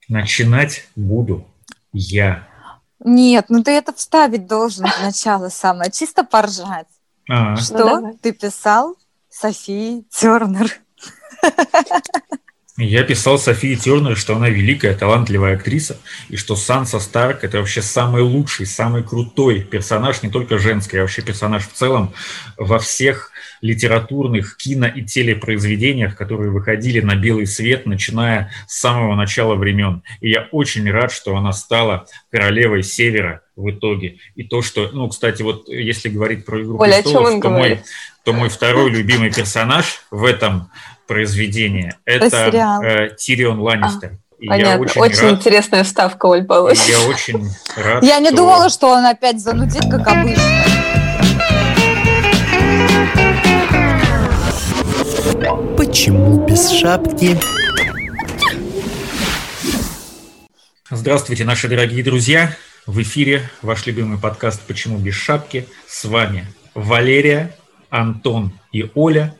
Начинать буду я. Нет, ну ты это вставить должен в начало самое, чисто поржать. Что ты писал Софии Тернер? Я писал Софии Тернер, что она великая, талантливая актриса, и что Санса Старк – это вообще самый лучший, самый крутой персонаж, не только женский, а вообще персонаж в целом во всех литературных, кино и телепроизведениях, которые выходили на белый свет, начиная с самого начала времен. И я очень рад, что она стала королевой Севера в итоге. И то, что, ну, кстати, вот если говорить про «Игру престолов», то мой второй любимый персонаж в этом произведение. Это Тирион Ланнистер. Понятно. Очень интересная вставка, Оль, получилась. Я очень рад, Я не думала, что он опять занудит, как обычно. Почему без шапки? Здравствуйте, наши дорогие друзья. В эфире ваш любимый подкаст «Почему без шапки». С вами Валерия, Антон и Оля.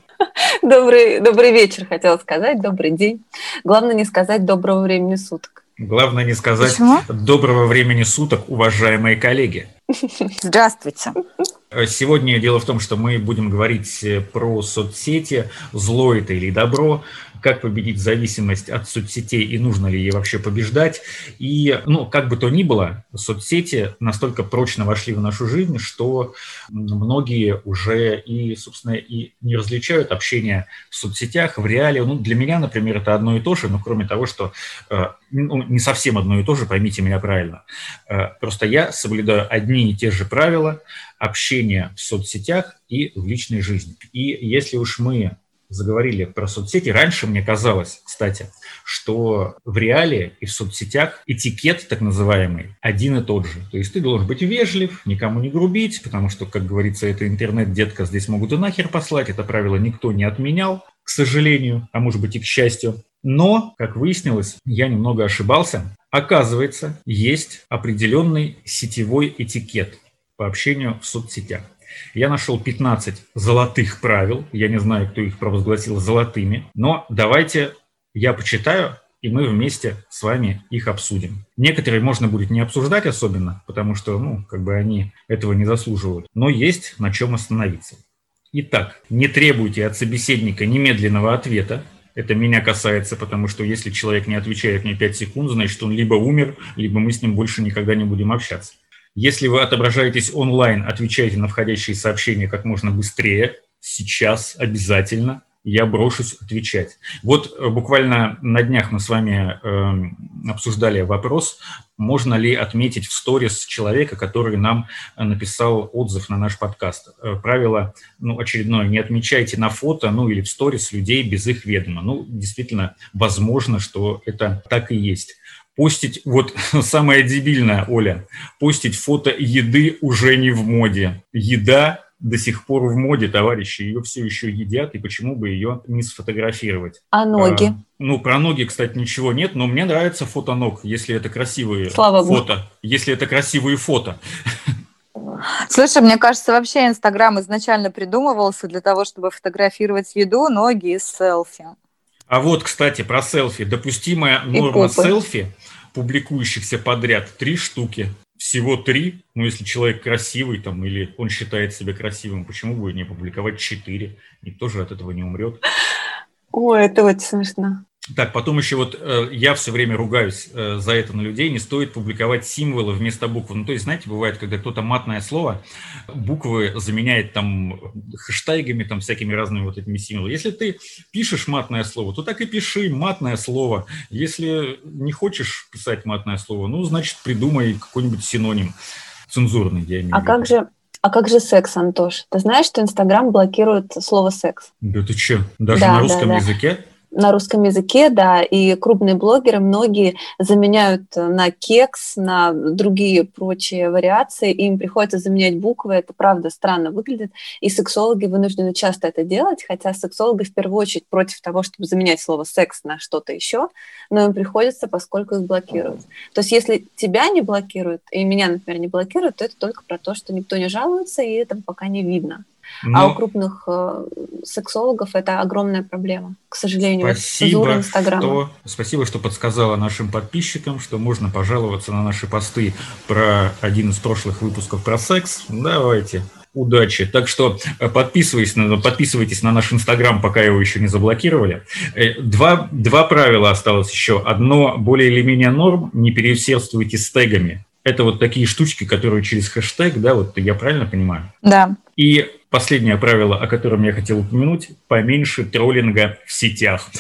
Добрый вечер, хотела сказать, добрый день. Главное не сказать доброго времени суток. Главное не сказать доброго времени суток, уважаемые коллеги. Здравствуйте. Сегодня дело в том, что мы будем говорить про соцсети, зло это или добро, как победить зависимость от соцсетей и нужно ли ей вообще побеждать. И, как бы то ни было, соцсети настолько прочно вошли в нашу жизнь, что многие уже и, собственно, и не различают общение в соцсетях, в реале. Для меня, например, это одно и то же, но кроме того, что не совсем одно и то же, поймите меня правильно. Просто я соблюдаю одни и те же правила общения в соцсетях и в личной жизни. И если уж мы заговорили про соцсети, раньше мне казалось, кстати, что в реале и в соцсетях этикет так называемый один и тот же. То есть ты должен быть вежлив, никому не грубить, потому что, как говорится, это интернет, детка, здесь могут и нахер послать. Это правило никто не отменял, к сожалению, а может быть и к счастью. Но, как выяснилось, я немного ошибался. Оказывается, есть определенный сетевой этикет по общению в соцсетях. Я нашел 15 золотых правил. Я не знаю, кто их провозгласил золотыми. Но давайте я почитаю, и мы вместе с вами их обсудим. Некоторые можно будет не обсуждать особенно, потому что, они этого не заслуживают. Но есть на чем остановиться. Итак, не требуйте от собеседника немедленного ответа. Это меня касается, потому что если человек не отвечает мне 5 секунд, значит, он либо умер, либо мы с ним больше никогда не будем общаться. Если вы отображаетесь онлайн, отвечайте на входящие сообщения как можно быстрее. Сейчас обязательно я брошусь отвечать. Вот буквально на днях мы с вами обсуждали вопрос, можно ли отметить в сторис человека, который нам написал отзыв на наш подкаст. Правило, очередное, не отмечайте на фото, или в сторис людей без их ведома. Действительно, возможно, что это так и есть. Постить, самое дебильное, Оля, постить фото еды уже не в моде. Еда до сих пор в моде, товарищи, ее все еще едят, и почему бы ее не сфотографировать? А ноги? Про ноги, кстати, ничего нет, но мне нравится фото ног, если это красивые фото. Если это красивые фото. Слушай, мне кажется, вообще Инстаграм изначально придумывался для того, чтобы фотографировать еду, ноги и селфи. А вот, кстати, про селфи. Допустимая норма селфи, публикующихся подряд, 3 штуки. Всего 3. Если человек красивый или он считает себя красивым, почему бы не публиковать 4? Никто же от этого не умрет. Ой, это очень смешно. Так, потом еще я все время ругаюсь за это на людей, не стоит публиковать символы вместо букв. То есть, знаете, бывает, когда кто-то матное слово, буквы заменяет хэштегами, всякими разными этими символами. Если ты пишешь матное слово, то так и пиши матное слово. Если не хочешь писать матное слово, значит, придумай какой-нибудь синоним цензурный, я имею в виду. А как же секс, Антош? Ты знаешь, что Инстаграм блокирует слово «секс»? Да ты что, даже на русском языке? На русском языке, да, и крупные блогеры многие заменяют на кекс, на другие прочие вариации, им приходится заменять буквы, это правда странно выглядит, и сексологи вынуждены часто это делать, хотя сексологи в первую очередь против того, чтобы заменять слово «секс» на что-то еще, но им приходится, поскольку их блокируют. То есть если тебя не блокируют, и меня, например, не блокируют, то это только про то, что никто не жалуется, и это пока не видно. А у крупных сексологов это огромная проблема, к сожалению. Цензура Инстаграма. Спасибо, что подсказала нашим подписчикам, что можно пожаловаться на наши посты про один из прошлых выпусков про секс. Давайте. Удачи. Так что подписывайтесь на наш Инстаграм, пока его еще не заблокировали. Два правила осталось еще. Одно более или менее норм. Не переусердствуйте с тегами. Это вот такие штучки, которые через хэштег, да, вот я правильно понимаю? Да. И последнее правило, о котором я хотел упомянуть, поменьше троллинга в сетях.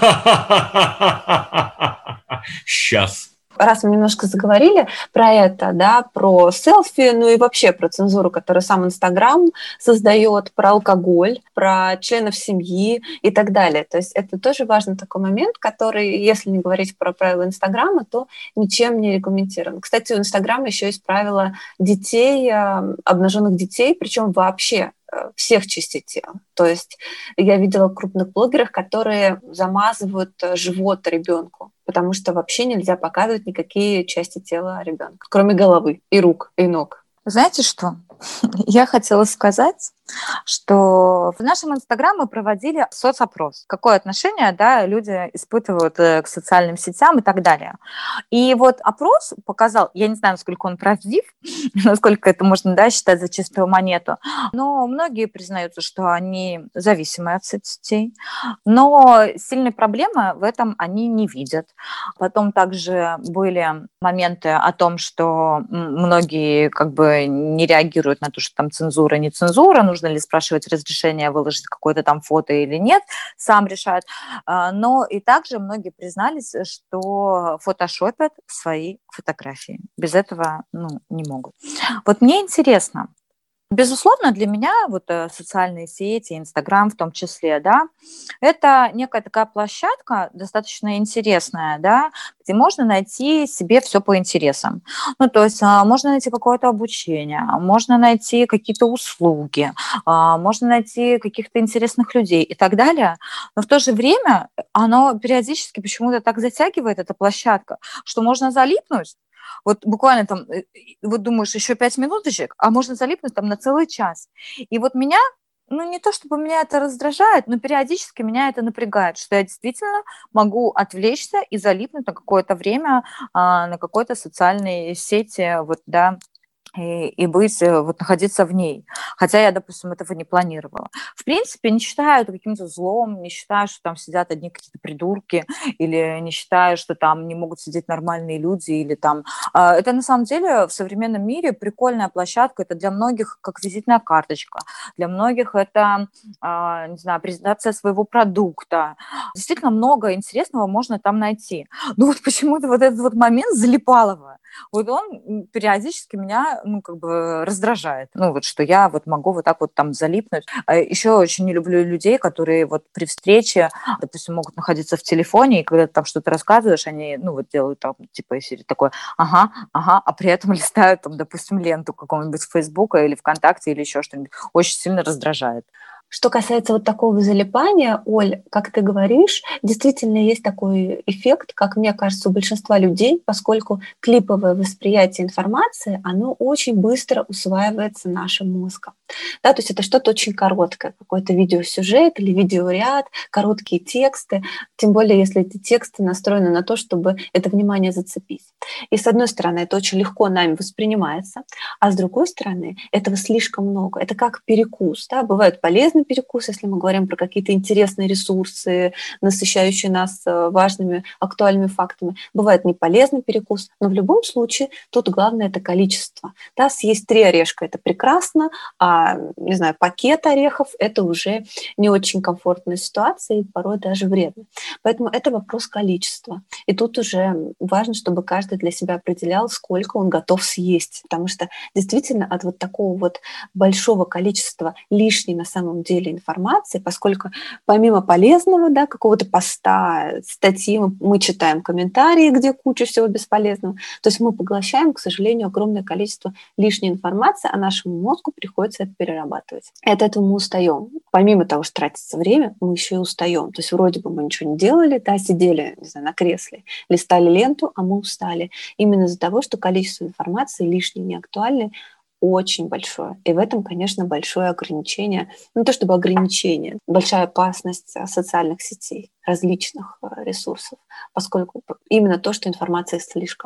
Сейчас. Раз мы немножко заговорили про это, да, про селфи, ну и вообще про цензуру, которую сам Инстаграм создает, про алкоголь, про членов семьи и так далее. То есть это тоже важный такой момент, который, если не говорить про правила Инстаграма, то ничем не регламентирован. Кстати, у Инстаграма еще есть правила детей, обнаженных детей, причем вообще всех частей тела. То есть я видела крупных блогеров, которые замазывают живот ребенку, потому что вообще нельзя показывать никакие части тела ребенка, кроме головы и рук, и ног. Знаете что? Я хотела сказать, что в нашем Инстаграме мы проводили соцопрос. Какое отношение, да, люди испытывают к социальным сетям и так далее. И вот опрос показал, я не знаю, насколько он правдив, насколько это можно, да, считать за чистую монету, но многие признаются, что они зависимы от соцсетей, но сильной проблемы в этом они не видят. Потом также были моменты о том, что многие как бы не реагируют на то, что там цензура, не цензура, нужно ли спрашивать разрешение выложить какое-то там фото или нет, сам решает. Но и также многие признались, что фотошопят свои фотографии. Без этого не могут. Вот мне интересно, безусловно, для меня вот социальные сети, Инстаграм в том числе, да, это некая такая площадка достаточно интересная, да, где можно найти себе все по интересам. Ну, то есть можно найти какое-то обучение, можно найти какие-то услуги, можно найти каких-то интересных людей и так далее. Но в то же время оно периодически почему-то так затягивает, эта площадка, что можно залипнуть. Вот буквально там, вот думаешь, еще 5 минуточек, а можно залипнуть там на целый час. И вот меня, не то чтобы меня это раздражает, но периодически меня это напрягает, что я действительно могу отвлечься и залипнуть на какое-то время на какой-то социальной сети, вот, да, и быть, вот находиться в ней. Хотя я, допустим, этого не планировала. В принципе, не считаю это каким-то злом, не считаю, что там сидят одни какие-то придурки, или не считаю, что там не могут сидеть нормальные люди, или там... Это на самом деле в современном мире прикольная площадка, это для многих как визитная карточка, для многих это, не знаю, презентация своего продукта. Действительно много интересного можно там найти. Но вот почему-то вот этот вот момент Залипалова, вот он периодически меня, раздражает. Вот что я вот могу вот так вот там залипнуть. Еще очень не люблю людей, которые вот при встрече, допустим, могут находиться в телефоне, и когда ты там что-то рассказываешь, они, делают там, типа, из серии такое, ага, а при этом листают там, допустим, ленту какого-нибудь Фейсбука или ВКонтакте или еще что-нибудь. Очень сильно раздражает. Что касается вот такого залипания, Оль, как ты говоришь, действительно есть такой эффект, как мне кажется, у большинства людей, поскольку клиповое восприятие информации, оно очень быстро усваивается нашим мозгом. Да, то есть это что-то очень короткое, какой-то видеосюжет или видеоряд, короткие тексты, тем более если эти тексты настроены на то, чтобы это внимание зацепить. И с одной стороны, это очень легко нами воспринимается, а с другой стороны, этого слишком много. Это как перекус. Да? Бывает полезный перекус, если мы говорим про какие-то интересные ресурсы, насыщающие нас важными, актуальными фактами. Бывает неполезный перекус, но в любом случае тут главное – это количество. Да? Съесть 3 орешка – это прекрасно, а, не знаю, пакет орехов – это уже не очень комфортная ситуация и порой даже вредно. Поэтому это вопрос количества. И тут уже важно, чтобы каждый для себя определял, сколько он готов съесть. Потому что действительно от вот такого вот большого количества лишней на самом деле информации, поскольку помимо полезного, да, какого-то поста, статьи, мы читаем комментарии, где куча всего бесполезного. То есть мы поглощаем, к сожалению, огромное количество лишней информации, а нашему мозгу приходится это перерабатывать. И от этого мы устаем. Помимо того, что тратится время, мы еще и устаем. То есть вроде бы мы ничего не делали, да, сидели, не знаю, на кресле, листали ленту, а мы устали. Именно из-за того, что количество информации лишней, неактуальной очень большое. И в этом, конечно, большое ограничение, не то чтобы ограничение, большая опасность социальных сетей, различных ресурсов, поскольку именно то, что информации слишком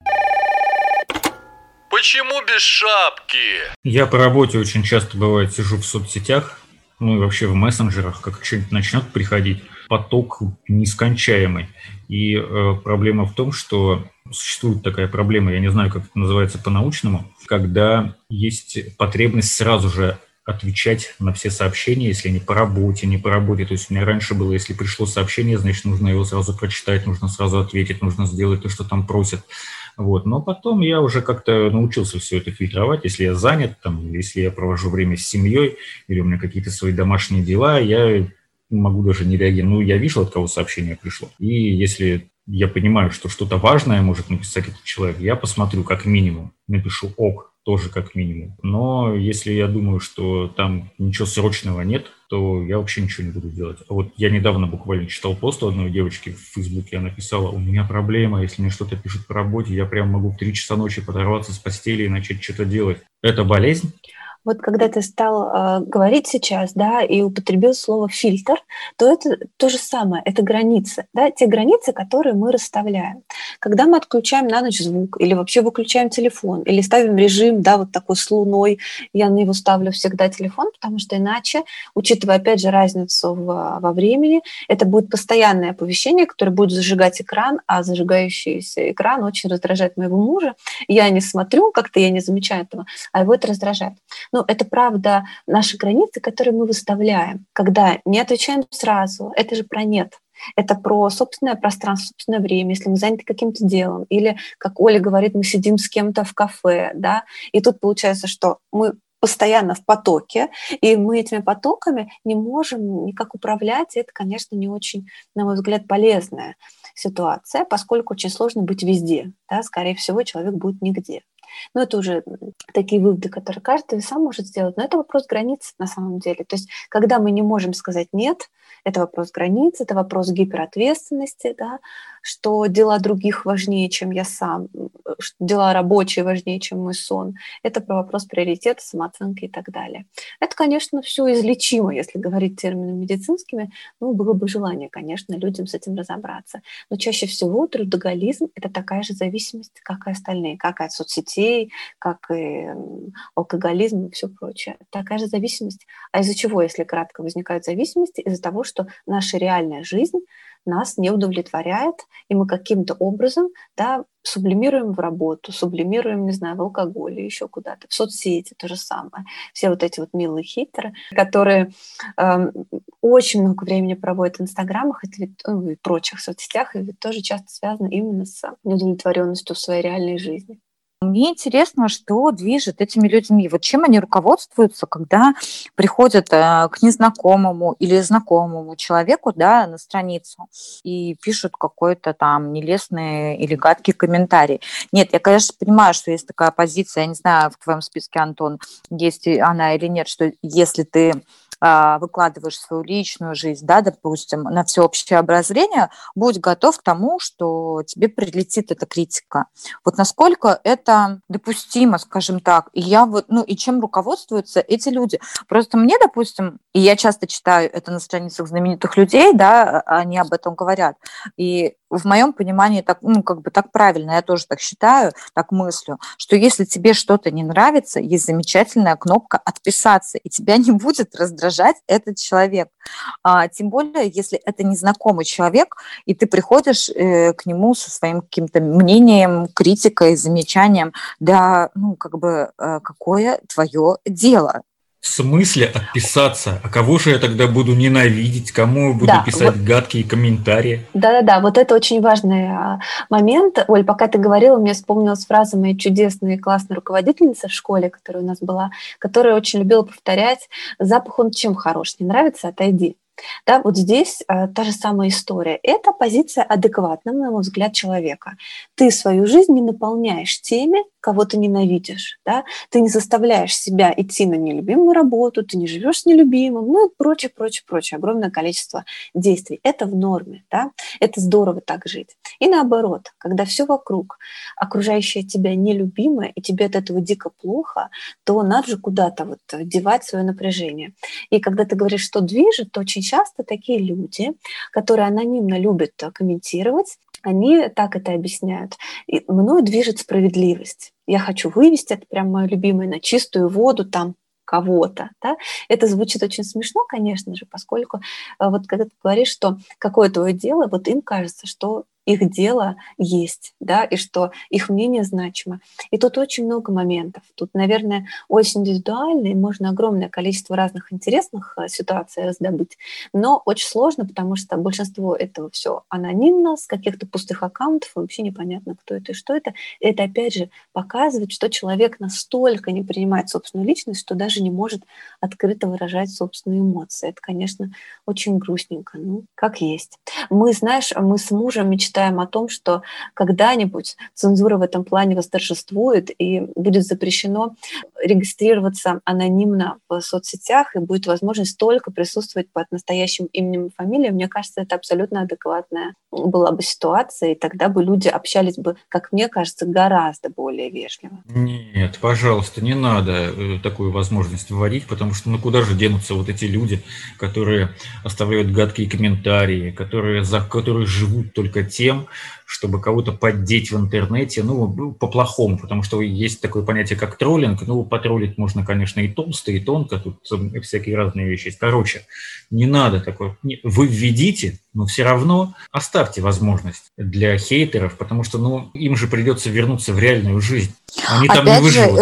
много. Почему без шапки? Я по работе очень часто, бывает, сижу в соцсетях, ну и вообще в мессенджерах, как что-нибудь начнет приходить, поток нескончаемый. И проблема в том, что существует такая проблема, я не знаю, как это называется по-научному, когда есть потребность сразу же отвечать на все сообщения, если они по работе, не по работе. То есть у меня раньше было, если пришло сообщение, значит, нужно его сразу прочитать, нужно сразу ответить, нужно сделать то, что там просят. Вот. Но потом я уже как-то научился все это фильтровать. Если я занят, там, если я провожу время с семьей, или у меня какие-то свои домашние дела, я могу даже не реагировать. Ну, я вижу, от кого сообщение пришло. И если я понимаю, что что-то важное может написать этот человек, я посмотрю как минимум, напишу «ок», тоже как минимум. Но если я думаю, что там ничего срочного нет, то я вообще ничего не буду делать. А вот я недавно буквально читал пост у одной девочки в Фейсбуке, она писала: у меня проблема, если мне что-то пишут по работе, я прям могу в 3 часа ночи подорваться с постели и начать что-то делать. Это болезнь? Вот когда ты стал говорить сейчас, да, и употребил слово «фильтр», то это то же самое, это границы, да, те границы, которые мы расставляем. Когда мы отключаем на ночь звук или вообще выключаем телефон, или ставим режим, да, вот такой с луной, я на него ставлю всегда телефон, потому что иначе, учитывая, опять же, разницу во времени, это будет постоянное оповещение, которое будет зажигать экран, а зажигающийся экран очень раздражает моего мужа. Я не смотрю, как-то я не замечаю этого, а его это раздражает. Ну, это правда наши границы, которые мы выставляем, когда не отвечаем сразу. Это же про «нет». Это про собственное пространство, собственное время, если мы заняты каким-то делом. Или, как Оля говорит, мы сидим с кем-то в кафе, да, и тут получается, что мы постоянно в потоке, и мы этими потоками не можем никак управлять. И это, конечно, не очень, на мой взгляд, полезная ситуация, поскольку очень сложно быть везде. Да, скорее всего, человек будет нигде. Но это уже такие выводы, которые каждый сам может сделать. Но это вопрос границ на самом деле. То есть, когда мы не можем сказать «нет», это вопрос границ, это вопрос гиперответственности, да, что дела других важнее, чем я сам, что дела рабочие важнее, чем мой сон. Это про вопрос приоритета, самооценки и так далее. Это, конечно, все излечимо, если говорить терминами медицинскими. Ну, было бы желание, конечно, людям с этим разобраться. Но чаще всего трудоголизм – это такая же зависимость, как и остальные, как и от соцсетей, как и алкоголизм и все прочее. Такая же зависимость. А из-за чего, если кратко, возникают зависимости? Из-за того, что наша реальная жизнь нас не удовлетворяет, и мы каким-то образом, да, сублимируем в работу, сублимируем, не знаю, в алкоголь, еще куда-то, в соцсети то же самое. Все вот эти вот милые хейтеры, которые очень много времени проводят в инстаграмах и прочих соцсетях, и ведь тоже часто связано именно с неудовлетворенностью в своей реальной жизни. Мне интересно, что движет этими людьми, вот чем они руководствуются, когда приходят к незнакомому или знакомому человеку, да, на страницу и пишут какой-то там нелестный или гадкий комментарий. Нет, я, конечно, понимаю, что есть такая позиция, я не знаю, в твоем списке, Антон, есть она или нет, что если ты выкладываешь свою личную жизнь, да, допустим, на всеобщее обозрение, будь готов к тому, что тебе прилетит эта критика. Вот насколько это допустимо, скажем так. И я вот, и чем руководствуются эти люди? Просто мне, допустим, и я часто читаю это на страницах знаменитых людей, да, они об этом говорят. И в моем понимании так, так правильно, я тоже так считаю, так мыслю, что если тебе что-то не нравится, есть замечательная кнопка «Отписаться», и тебя не будет раздражать этот человек. Тем более, если это незнакомый человек, и ты приходишь к нему со своим каким-то мнением, критикой, замечанием, да, какое твое дело? В смысле отписаться? А кого же я тогда буду ненавидеть? Кому я буду писать гадкие комментарии? Да, вот это очень важный момент. Оль, пока ты говорила, мне вспомнилась фраза моей чудесной и классной руководительницы в школе, которая у нас была, которая очень любила повторять: запах он чем хорош? Не нравится? Отойди. Да, вот здесь та же самая история. Это позиция адекватного, на мой взгляд, человека. Ты свою жизнь не наполняешь теми, кого ты ненавидишь, да, ты не заставляешь себя идти на нелюбимую работу, ты не живешь с нелюбимым, ну и прочее, огромное количество действий. Это в норме, да, это здорово так жить. И наоборот, когда все вокруг, окружающее тебя нелюбимое, и тебе от этого дико плохо, то надо же куда-то вот девать свое напряжение. И когда ты говоришь, что движет, то очень часто такие люди, которые анонимно любят комментировать, они так это объясняют. И мною движет справедливость. Я хочу вывести, это прям мое любимое, на чистую воду там кого-то. Да? Это звучит очень смешно, конечно же, поскольку вот когда ты говоришь, что какое твое дело, вот им кажется, что их дело есть, да, и что их мнение значимо. И тут очень много моментов. Тут, наверное, очень индивидуально, и можно огромное количество разных интересных ситуаций раздобыть, но очень сложно, потому что большинство этого все анонимно, с каких-то пустых аккаунтов, вообще непонятно, кто это и что это. И это, опять же, показывает, что человек настолько не принимает собственную личность, что даже не может открыто выражать собственные эмоции. Это, конечно, очень грустненько, ну, как есть. Мы, знаешь, мы с мужем мечтаем о том, что когда-нибудь цензура в этом плане восторжествует и будет запрещено регистрироваться анонимно в соцсетях, и будет возможность только присутствовать под настоящим именем и фамилией. Мне кажется, это абсолютно адекватная была бы ситуация, и тогда бы люди общались бы, как мне кажется, гораздо более вежливо. Нет, пожалуйста, не надо такую возможность вводить, потому что ну куда же денутся вот эти люди, которые оставляют гадкие комментарии, которые живут только тем, чтобы кого-то поддеть в интернете, ну, по-плохому, потому что есть такое понятие, как троллинг. Ну, потроллить можно, конечно, и толсто, и тонко, тут всякие разные вещи есть. Короче, не надо такое. Вы введите, но все равно оставьте возможность для хейтеров, потому что, ну, им же придется вернуться в реальную жизнь. Они там не выживут.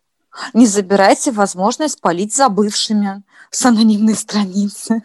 Не забирайте возможность палить за бывшими с анонимной страницы.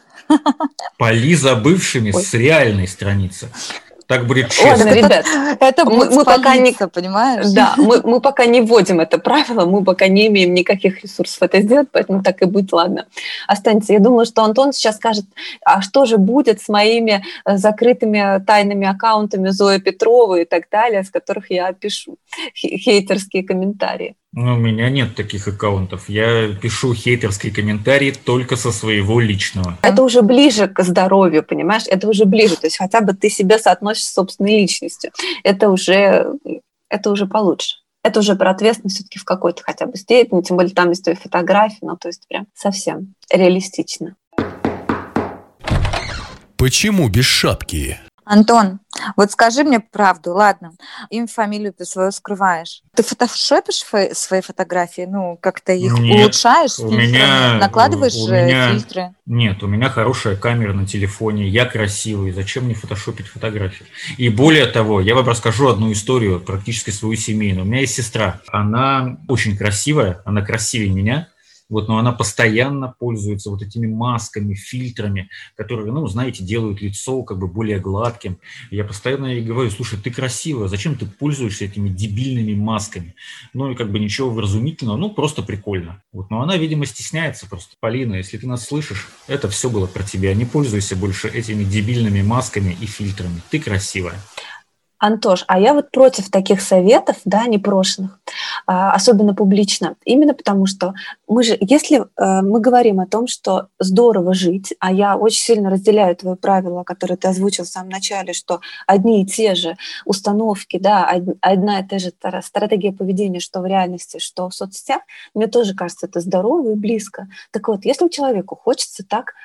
Пали за бывшими с реальной страницы. Так будет честно. Ладно, ребят, это будет мы пока не, понимаешь? Да, мы пока не вводим это правило, мы пока не имеем никаких ресурсов это сделать, поэтому так и будет, ладно. Останется. Я думаю, что Антон сейчас скажет, а что же будет с моими закрытыми тайными аккаунтами Зои Петровой и так далее, с которых я пишу хейтерские комментарии. Ну, у меня нет таких аккаунтов. Я пишу хейтерские комментарии только со своего личного. Это уже ближе к здоровью, понимаешь? Это уже ближе. То есть хотя бы ты себя соотносишь с собственной личностью. Это уже получше. Это уже про ответственность все-таки в какой-то хотя бы степени. Тем более там есть твои фотографии. Ну, то есть прям совсем реалистично. Почему без шапки? Антон, вот скажи мне правду, ладно, имя, фамилию ты свою скрываешь. Ты фотошопишь свои фотографии, ну, как-то их улучшаешь, накладываешь фильтры? Нет, у меня хорошая камера на телефоне, я красивый, зачем мне фотошопить фотографии? И более того, я вам расскажу одну историю, практически свою семейную. У меня есть сестра, она очень красивая, она красивее меня. Вот, но она постоянно пользуется вот этими масками, фильтрами, которые, ну, знаете, делают лицо как бы более гладким. Я постоянно ей говорю, слушай, ты красивая, зачем ты пользуешься этими дебильными масками? Ну, и как бы ничего вразумительного, ну, просто прикольно. Вот, но она, видимо, стесняется просто. Полина, если ты нас слышишь, это все было про тебя. Не пользуйся больше этими дебильными масками и фильтрами. Ты красивая. Антош, а я вот против таких советов, да, непрошенных, особенно публично, именно потому что если мы говорим о том, что здорово жить, а я очень сильно разделяю твое правило, которое ты озвучил в самом начале, что одни и те же установки, да, одна и та же стратегия поведения, что в реальности, что в соцсетях, мне тоже кажется, это здорово и близко. Так вот, если человеку хочется так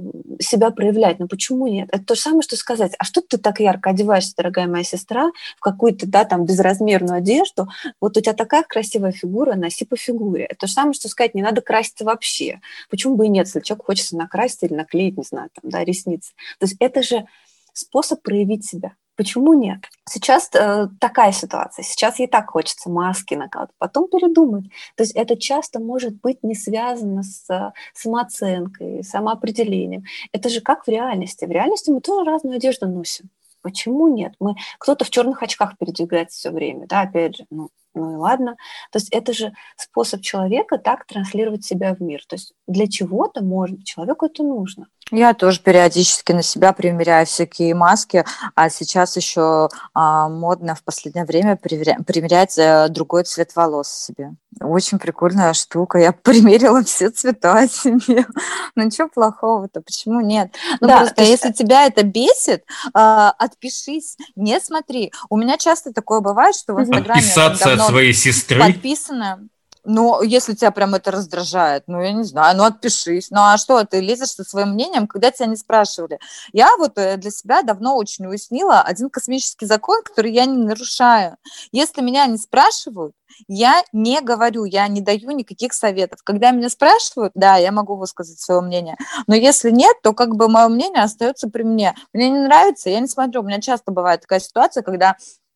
себя проявлять, ну почему нет? Это то же самое, что сказать, а что ты так ярко одеваешься, дорогая моя сестра, в какую-то, да, там, безразмерную одежду, вот у тебя такая красивая фигура, носи по фигуре. Это то же самое, что сказать, не надо краситься вообще. Почему бы и нет, если человеку хочется накраситься или наклеить, не знаю, там, да, ресницы. То есть это же способ проявить себя. Почему нет? Сейчас такая ситуация. Сейчас ей так хочется маски накладывать, потом передумать. То есть это часто может быть не связано с самооценкой, самоопределением. Это же как в реальности. В реальности мы тоже разную одежду носим. Почему нет? Кто-то в черных очках передвигается все время, да, опять же, ну и ладно. То есть это же способ человека так транслировать себя в мир. То есть для чего-то, может быть, человеку это нужно. Я тоже периодически на себя примеряю всякие маски, а сейчас еще модно в последнее время примерять другой цвет волос себе. Очень прикольная штука. Я примерила все цвета себе. Ну ничего плохого-то, почему нет? Ну Да, просто то есть, если тебя это бесит, отпишись, не смотри. У меня часто такое бывает, что в Инстаграме я там Отписаться от давно своей сестры? подписана. Ну, если тебя прям это раздражает, ну, я не знаю, ну, отпишись. Ну, а что, ты лезешь со своим мнением, когда тебя не спрашивали? Я вот для себя давно очень уяснила один космический закон, который я не нарушаю. Если меня не спрашивают, я не говорю, я не даю никаких советов. Когда меня спрашивают, да, я могу высказать свое мнение. Но если нет, то как бы мое мнение остается при мне. Мне не нравится, я не смотрю. У меня часто бывает такая ситуация, когда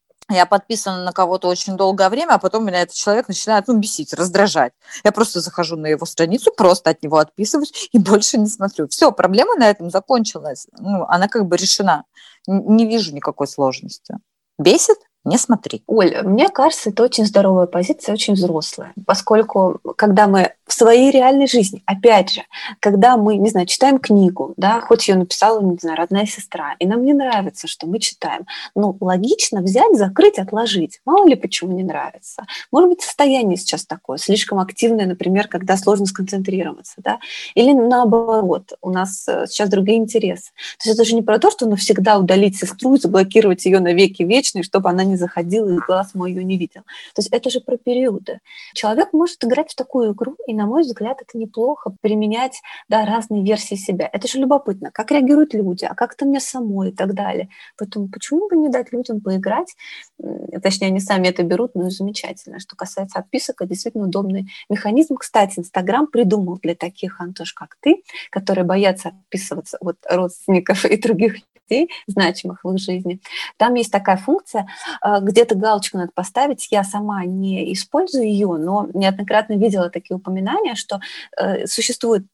я подписана на кого-то очень долгое время, а потом меня этот человек начинает, бесить, раздражать. Я просто захожу на его страницу, просто от него отписываюсь и больше не смотрю. Все, проблема на этом закончилась. Ну, она как бы решена. Не вижу никакой сложности. Бесит? Не смотри. Оль, мне кажется, это очень здоровая позиция, очень взрослая, поскольку когда мы в своей реальной жизни, опять же, когда мы, не знаю, читаем книгу, да, хоть ее написала, не знаю, родная сестра, и нам не нравится, что мы читаем, ну, логично взять, закрыть, отложить. Мало ли почему не нравится. Может быть, состояние сейчас такое, слишком активное, например, когда сложно сконцентрироваться, да, или наоборот, у нас сейчас другие интересы. То есть это же не про то, что навсегда удалить сестру и заблокировать ее на веки вечные, чтобы она не заходила и глаз мой ее не видел. То есть это же про периоды. Человек может играть в такую игру, и, на мой взгляд, это неплохо применять, да, разные версии себя. Это же любопытно, как реагируют люди, а как это мне самой и так далее. Поэтому почему бы не дать людям поиграть? Точнее, они сами это берут, ну и замечательно. Что касается отписок, это действительно удобный механизм. Кстати, Инстаграм придумал для таких, Антош, как ты, которые боятся отписываться от родственников и других людей, значимых в их жизни. Там есть такая функция, где-то галочку надо поставить. Я сама не использую ее, но неоднократно видела такие упоминания, что существует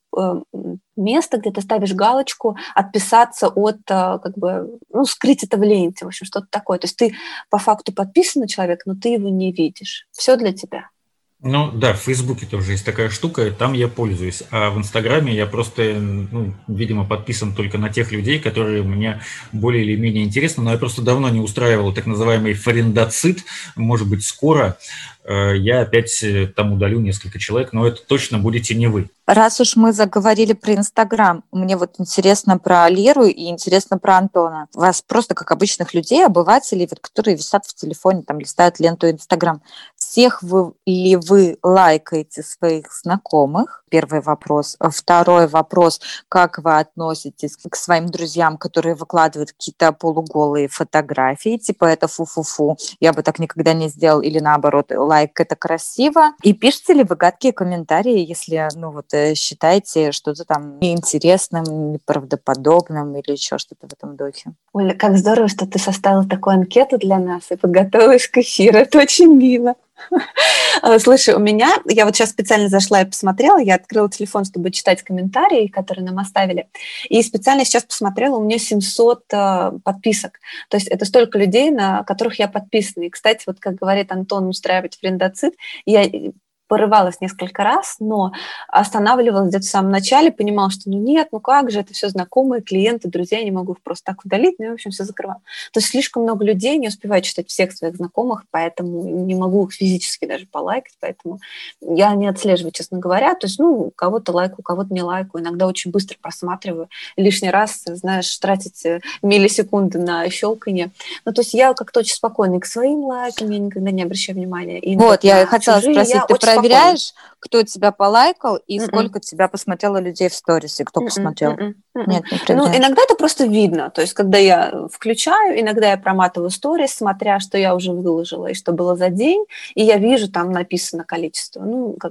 место, где ты ставишь галочку, отписаться от, как бы, ну, скрыть это в ленте, в общем, что-то такое. То есть ты по факту подписан на человека, но ты его не видишь. Все для тебя. Ну да, в Фейсбуке тоже есть такая штука, там я пользуюсь. А в Инстаграме я просто, видимо, подписан только на тех людей, которые мне более или менее интересны. Но я просто давно не устраивал так называемый френдоцид. Может быть, скоро я опять там удалю несколько человек, но это точно будете не вы. Раз уж мы заговорили про Инстаграм, мне вот интересно про Леру и интересно про Антона. Вас просто как обычных людей, обывателей, вот, которые висят в телефоне, там листают ленту Инстаграм. Всех ли вы лайкаете своих знакомых? Первый вопрос. Второй вопрос. Как вы относитесь к своим друзьям, которые выкладывают какие-то полуголые фотографии? Типа это фу-фу-фу, я бы так никогда не сделал. Или наоборот, лайк это красиво. И пишите ли вы гадкие комментарии, если, считаете что-то там неинтересным, неправдоподобным или еще что-то в этом духе? Оля, как здорово, что ты составила такую анкету для нас и подготовилась к эфиру. Это очень мило. Слушай, я вот сейчас специально зашла и посмотрела, я открыла телефон, чтобы читать комментарии, которые нам оставили, и специально сейчас посмотрела, у меня 700 подписок, то есть это столько людей, на которых я подписана. И, кстати, вот как говорит Антон, устраивать френдоцид, я порывалась несколько раз, но останавливалась где-то в самом начале, понимала, что нет, как же, это все знакомые, клиенты, друзья, я не могу их просто так удалить, в общем, все закрывала. То есть слишком много людей, не успеваю читать всех своих знакомых, поэтому не могу их физически даже полайкать, поэтому я не отслеживаю, честно говоря, то есть, кого-то лайкаю, кого-то не лайкаю, иногда очень быстро просматриваю, лишний раз, знаешь, тратить миллисекунды на щелканье. То есть я как-то очень спокойна и к своим лайкам, я никогда не обращаю внимания. И вот, я хотела спросить, ты проверяешь, кто тебя полайкал и сколько тебя посмотрело людей в сторисе, кто посмотрел? Нет, не проверяешь. Иногда это просто видно, то есть когда я включаю, иногда я проматываю сторис, смотря, что я уже выложила и что было за день, и я вижу, там написано количество,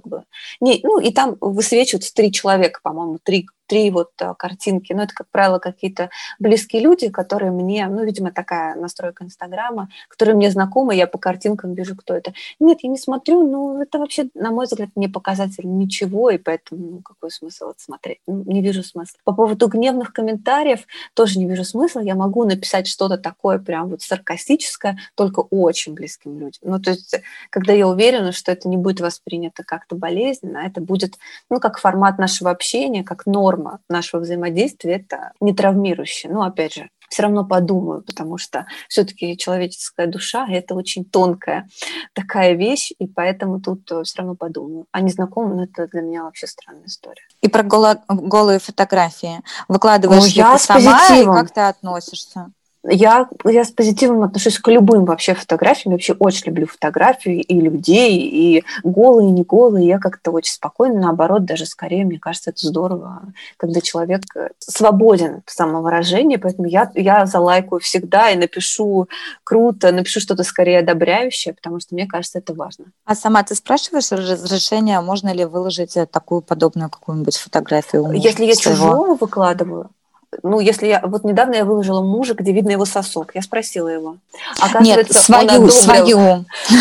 и там высвечиваются 3 человека, по-моему, 3 вот картинки, это, как правило, какие-то близкие люди, которые мне, видимо, такая настройка Инстаграма, которые мне знакомы, я по картинкам вижу, кто это. Нет, я не смотрю, это вообще, на мой взгляд, не показатель ничего, и поэтому какой смысл это смотреть? Не вижу смысла. По поводу гневных комментариев тоже не вижу смысла. Я могу написать что-то такое прям вот саркастическое только очень близким людям. То есть, когда я уверена, что это не будет воспринято как-то болезненно, это будет, как формат нашего общения, как норма нашего взаимодействия, это не травмирующе. Опять же, все равно подумаю, потому что все-таки человеческая душа – это очень тонкая такая вещь, и поэтому тут все равно подумаю. А незнакомым это для меня вообще странная история. И про голые фотографии. Выкладываешь ли ты сама, и как ты относишься? Я с позитивом отношусь к любым вообще фотографиям. Я вообще очень люблю фотографии и людей, и голые, и не голые. Я как-то очень спокойно, наоборот, даже скорее, мне кажется, это здорово, когда человек свободен в самовыражении. Поэтому я залайкаю всегда и напишу круто, напишу что-то скорее одобряющее, потому что мне кажется, это важно. А сама ты спрашиваешь разрешения, можно ли выложить такую подобную какую-нибудь фотографию? Если я чужого выкладываю, если недавно я выложила мужа, где видно его сосок, я спросила его. Оказывается, свою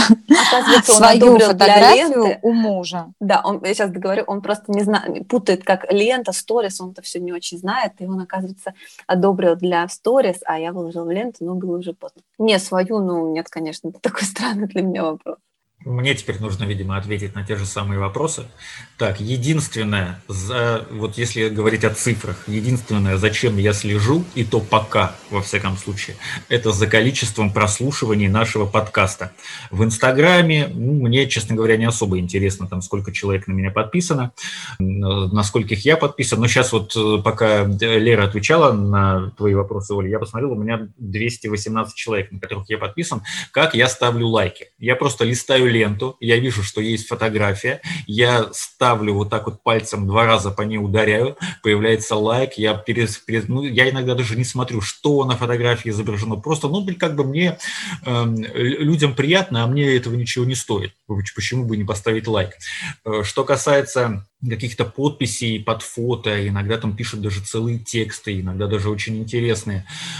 фотографию у мужа. Да, я сейчас договорю, он просто не знает, путает как лента, сторис, он это все не очень знает, и он, оказывается, одобрил для сторис, а я выложила в ленту, но было уже поздно. Не свою, нет, конечно, это такой странный для меня вопрос. Мне теперь нужно, видимо, ответить на те же самые вопросы. Так, единственное, вот если говорить о цифрах, единственное, зачем я слежу, и то пока, во всяком случае, это за количеством прослушиваний нашего подкаста. В Инстаграме, мне, честно говоря, не особо интересно, там, сколько человек на меня подписано, на скольких я подписан. Но сейчас вот, пока Лера отвечала на твои вопросы, Оля, я посмотрел, у меня 218 человек, на которых я подписан. Как я ставлю лайки? Я просто листаю ленту, я вижу, что есть фотография, я ставлю вот так вот пальцем 2 раза по ней ударяю, появляется лайк, я иногда даже не смотрю, что на фотографии изображено, просто, мне людям приятно, а мне этого ничего не стоит, почему бы не поставить лайк. Что касается каких-то подписей под фото, иногда там пишут даже целые тексты, иногда даже очень интересные.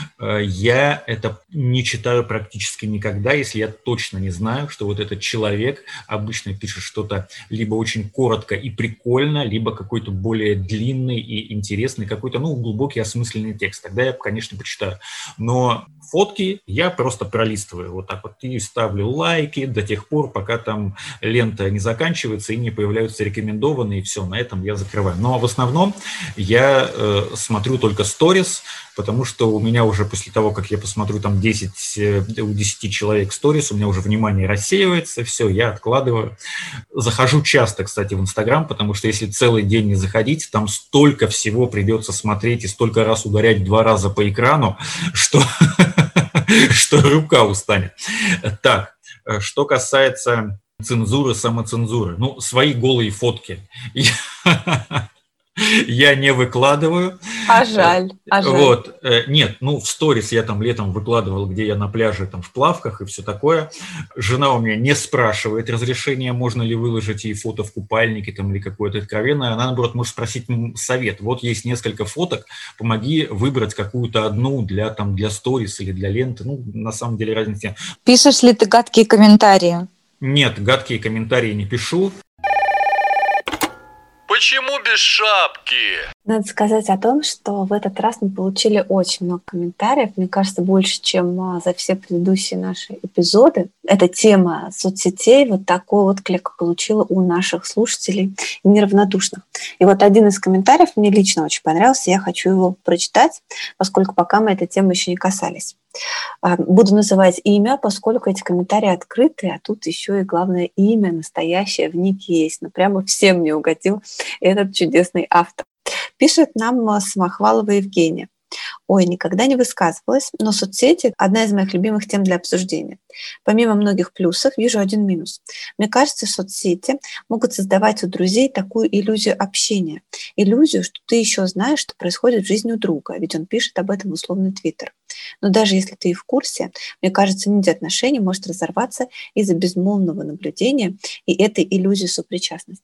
Я это не читаю практически никогда, если я точно не знаю, что вот этот человек обычно пишет что-то либо очень коротко и прикольно, либо какой-то более длинный и интересный, какой-то, глубокий осмысленный текст. Тогда я, конечно, почитаю. Но фотки я просто пролистываю вот так вот и ставлю лайки до тех пор, пока там лента не заканчивается и не появляются рекомендованные, все, на этом я закрываю. Но в основном я смотрю только сторис, потому что у меня уже после того, как я посмотрю там у 10 человек сторис, у меня уже внимание рассеивается, все, я откладываю. Захожу часто, кстати, в Инстаграм, потому что если целый день не заходить, там столько всего придется смотреть и столько раз ударять 2 раза по экрану, что рука устанет. Так, что касается цензуры, самоцензуры. Свои голые фотки я не выкладываю. А жаль. Вот. Нет, в сторис я там летом выкладывал, где я на пляже там в плавках и все такое. Жена у меня не спрашивает разрешения, можно ли выложить ей фото в купальнике там или какое-то откровенное. Она, наоборот, может спросить совет. Вот есть несколько фоток, помоги выбрать какую-то одну для сторис или для ленты. На самом деле разницы нет. Пишешь ли ты гадкие комментарии? Нет, гадкие комментарии не пишу. Почему без шапки? Надо сказать о том, что в этот раз мы получили очень много комментариев. Мне кажется, больше, чем за все предыдущие наши эпизоды. Эта тема соцсетей вот такой отклик получила у наших слушателей и неравнодушных. И вот один из комментариев мне лично очень понравился. Я хочу его прочитать, поскольку пока мы этой темы еще не касались. Буду называть имя, поскольку эти комментарии открыты, а тут еще и главное имя настоящее в нике есть. Прямо всем мне угодил этот чудесный автор. Пишет нам Самохвалова Евгения. Ой, никогда не высказывалась, но соцсети – одна из моих любимых тем для обсуждения. Помимо многих плюсов, вижу один минус. Мне кажется, соцсети могут создавать у друзей такую иллюзию общения. Иллюзию, что ты еще знаешь, что происходит в жизни у друга, ведь он пишет об этом в условный твиттер. Но даже если ты и в курсе, мне кажется, нить отношений может разорваться из-за безмолвного наблюдения и этой иллюзии сопричастности.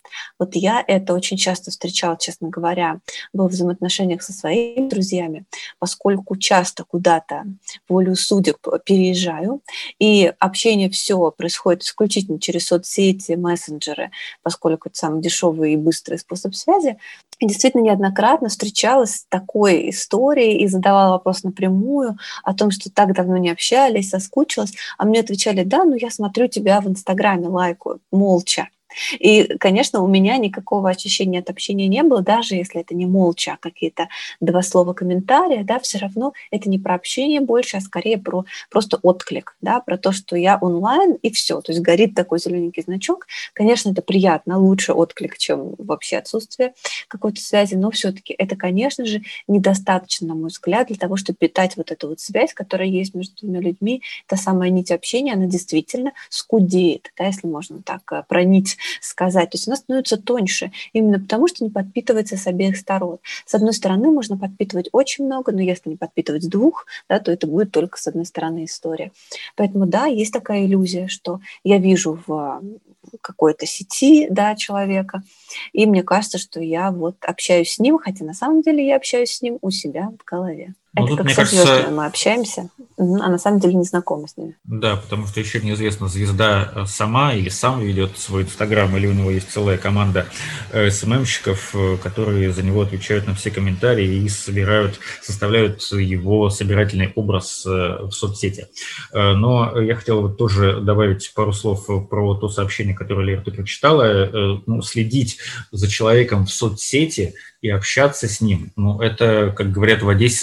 Вот я это очень часто встречала, честно говоря, в взаимоотношениях со своими друзьями, поскольку часто куда-то волею судеб переезжаю, и общение все происходит исключительно через соцсети, мессенджеры, поскольку это самый дешевый и быстрый способ связи. И действительно неоднократно встречалась с такой историей и задавала вопрос напрямую о том, что так давно не общались, соскучилась, а мне отвечали: да, ну я смотрю тебя в Инстаграме, лайкаю, молча. И, конечно, у меня никакого ощущения от общения не было, даже если это не молча, а какие-то 2 слова комментария, да, все равно это не про общение больше, а скорее про просто отклик, да, про то, что я онлайн, и все. То есть горит такой зелененький значок. Конечно, это приятно, лучше отклик, чем вообще отсутствие какой-то связи, но все-таки это, конечно же, недостаточно, на мой взгляд, для того, чтобы питать вот эту вот связь, которая есть между двумя людьми. Та самая нить общения, она действительно скудеет, да, если можно так про нить сказать. То есть она становится тоньше, именно потому, что не подпитывается с обеих сторон. С одной стороны, можно подпитывать очень много, но если не подпитывать с двух, да, то это будет только с одной стороны история. Поэтому, да, есть такая иллюзия, что я вижу в какой-то сети, да, человека, и мне кажется, что я вот общаюсь с ним, хотя на самом деле я общаюсь с ним у себя в голове. Ну, Это тут, как мне со звездами кажется, мы общаемся, а на самом деле не знакомы с ними. да, потому что еще неизвестно, звезда сама или сам ведет свой Инстаграм, или у него есть целая команда СММщиков, которые за него отвечают на все комментарии и составляют его собирательный образ в соцсети. Но я хотел вот тоже добавить пару слов про то сообщение, которое, Лера, ты прочитала. Ну, следить за человеком в соцсети и общаться с ним, ну, это, как говорят в Одессе,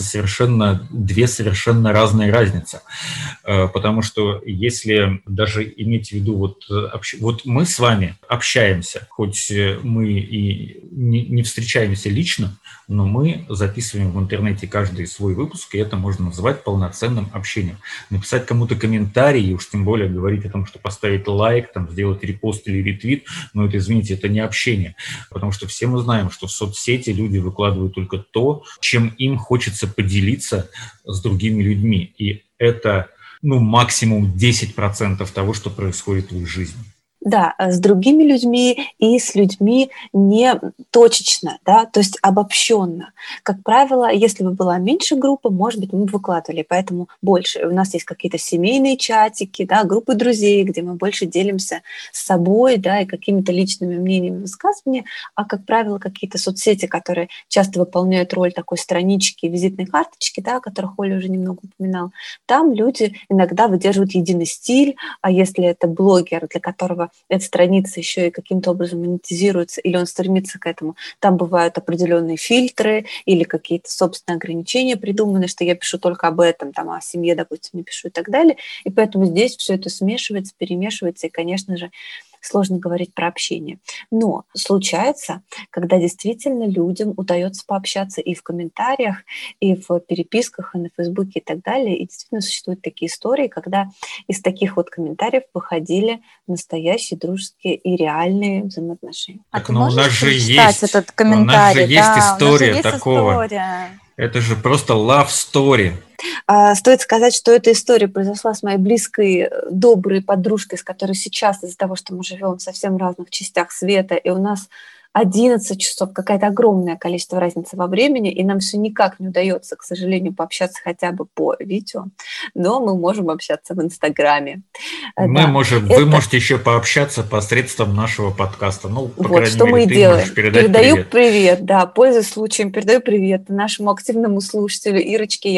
две совершенно разные разницы. Потому что если даже иметь в виду, вот мы с вами общаемся, хоть мы и не встречаемся лично, но мы записываем в интернете каждый свой выпуск, и это можно назвать полноценным общением. Написать кому-то комментарий, и уж тем более говорить о том, что поставить лайк, там, сделать репост или ретвит, но это, извините, это не общение. Потому что все мы знаем, что в соцсети люди выкладывают только то, чем им хочется поделиться с другими людьми. И это, максимум 10% того, что происходит в их жизни. Да, с другими людьми и с людьми не точечно, да, то есть обобщенно. Как правило, если бы была меньше группы, может быть, мы бы выкладывали, поэтому больше. У нас есть какие-то семейные чатики, да, группы друзей, где мы больше делимся с собой, да, и какими-то личными мнениями, высказываниями, а, как правило, какие-то соцсети, которые часто выполняют роль такой странички, визитной карточки, да, о которых Оля уже немного упоминала, там люди иногда выдерживают единый стиль, а если это блогер, для которого эта страница еще и каким-то образом монетизируется, или он стремится к этому, там бывают определенные фильтры или какие-то собственные ограничения придуманы, что я пишу только об этом, там, о семье, допустим, не пишу и так далее. И поэтому здесь все это смешивается, перемешивается, и, конечно же, сложно говорить про общение. Но случается, когда действительно людям удается пообщаться и в комментариях, и в переписках, и на Фейсбуке, и так далее. И действительно существуют такие истории, когда из таких вот комментариев выходили настоящие дружеские и реальные взаимоотношения. Так, у нас же есть этот комментарий? У нас же есть история есть такого. Это же просто love story. Стоит сказать, что эта история произошла с моей близкой, доброй подружкой, с которой сейчас из-за того, что мы живем в совсем разных частях света, и у нас 11 часов, какое-то огромное количество разницы во времени, и нам все никак не удается, к сожалению, пообщаться хотя бы по видео, но мы можем общаться в Инстаграме. Вы можете еще пообщаться посредством нашего подкаста. Ну, по крайней что мере, мы и ты делаем. можешь передать Передаю привет, да, пользуясь случаем, передаю привет нашему активному слушателю Ирочке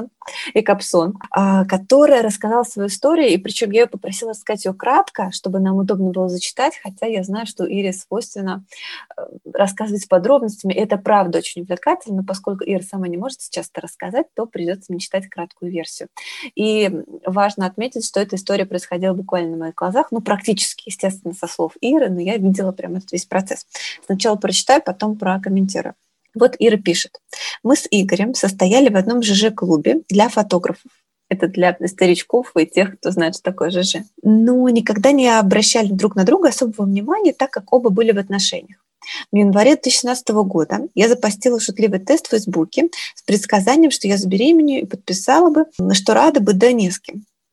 Якобсон, которая рассказала свою историю, и причем я ее попросила сказать ее кратко, чтобы нам удобно было зачитать, хотя я знаю, что Ире свойственно рассказывать с подробностями. Это правда очень увлекательно, поскольку Ира сама не может сейчас это рассказать, то придется мне читать краткую версию. И важно отметить, что эта история происходила буквально на моих глазах, практически, естественно, со слов Иры, но я видела прямо этот весь процесс. Сначала прочитаю, потом прокомментирую. Вот Ира пишет. Мы с Игорем состояли в одном ЖЖ-клубе для фотографов. Это для старичков и тех, кто знает, что такое ЖЖ. Но никогда не обращали друг на друга особого внимания, так как оба были в отношениях. В январе 2017 года я запостила шутливый тест в Фейсбуке с предсказанием, что я забеременею, и подписала бы, что рада бы, да не с кем.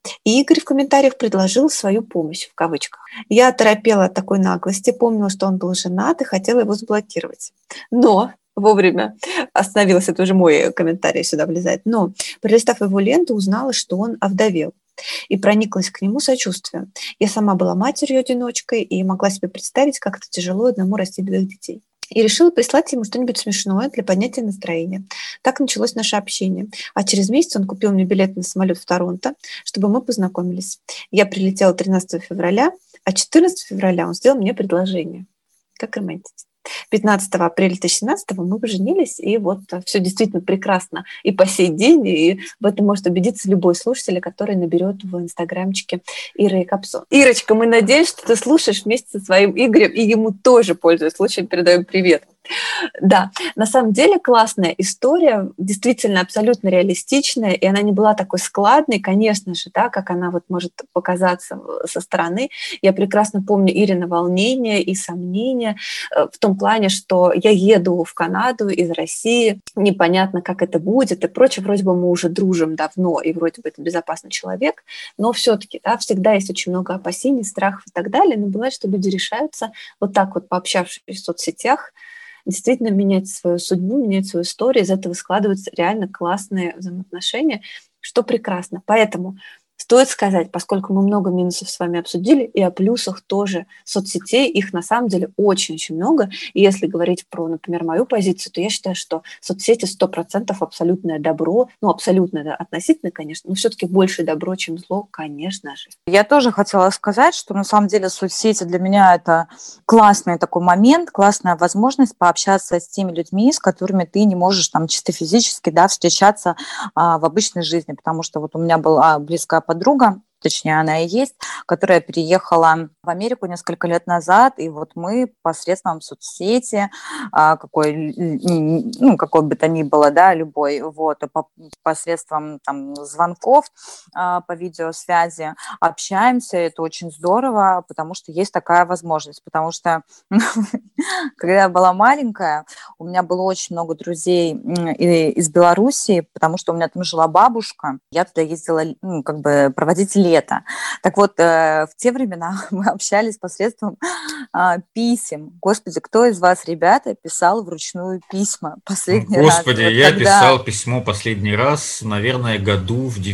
И Игорь в комментариях предложил свою помощь, в кавычках. Я оторопела от такой наглости, помнила, что он был женат и хотела его заблокировать. Но вовремя остановилась, это уже мой комментарий сюда влезает, но, пролистав его ленту, узнала, что он овдовел. И прониклась к нему сочувствием. Я сама была матерью-одиночкой и могла себе представить, как это тяжело одному растить 2 детей. И решила прислать ему что-нибудь смешное для поднятия настроения. Так началось наше общение. А через месяц он купил мне билет на самолет в Торонто, чтобы мы познакомились. Я прилетела 13 февраля, а 14 февраля он сделал мне предложение. Как романтично. 15 апреля 2017 мы поженились, и вот все действительно прекрасно и по сей день, и в этом может убедиться любой слушатель, который наберет в инстаграмчике Иры Капсон. Ирочка, мы надеемся, что ты слушаешь вместе со своим Игорем, и ему тоже, пользуясь случаем, передаем привет. Да, на самом деле классная история, действительно абсолютно реалистичная, и она не была такой складной, конечно же, да, как она вот может показаться со стороны. Я прекрасно помню Ирина волнение и сомнения в том плане, что я еду в Канаду из России, непонятно, как это будет и прочее. Вроде бы мы уже дружим давно, и вроде бы это безопасный человек, но все-таки, да, всегда есть очень много опасений, страхов и так далее, но бывает, что люди решаются вот так вот, пообщавшись в соцсетях, действительно менять свою судьбу, менять свою историю, из этого складываются реально классные взаимоотношения, что прекрасно. Поэтому стоит сказать, поскольку мы много минусов с вами обсудили, и о плюсах тоже соцсетей, их на самом деле очень-очень много. И если говорить про, например, мою позицию, то я считаю, что соцсети 100% абсолютное добро, ну, абсолютно, да, относительно, конечно, но все-таки больше добро, чем зло, конечно же. Я тоже хотела сказать, что на самом деле соцсети для меня это классный такой момент, классная возможность пообщаться с теми людьми, с которыми ты не можешь там чисто физически, да, встречаться в обычной жизни, потому что вот у меня была близкая подруга, точнее, она и есть, которая переехала в Америку несколько лет назад, и вот мы посредством соцсети, какой бы то ни было, да, любой, вот, посредством там звонков по видеосвязи общаемся, это очень здорово, потому что есть такая возможность, потому что когда я была маленькая, у меня было очень много друзей из Белоруссии, потому что у меня там жила бабушка, я туда ездила, проводить лето. Так вот, в те времена мы общались посредством писем. Господи, кто из вас, ребята, писал вручную письма последний раз? Господи, я писал письмо последний раз, наверное, году в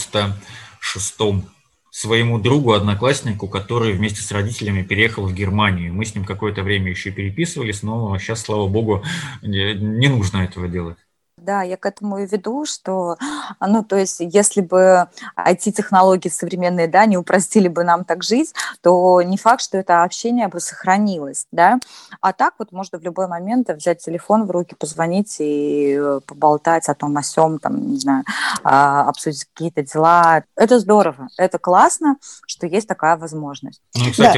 96-м своему другу, однокласснику, который вместе с родителями переехал в Германию. Мы с ним какое-то время еще переписывались, но сейчас, слава богу, не нужно этого делать. Да, я к этому и веду, что, то есть, если бы IT-технологии современные, да, не упростили бы нам так жить, то не факт, что это общение бы сохранилось, да. А так вот можно в любой момент взять телефон в руки, позвонить и поболтать о том, о сём, там, не знаю, обсудить какие-то дела. Это здорово, это классно, что есть такая возможность. Ну и, кстати,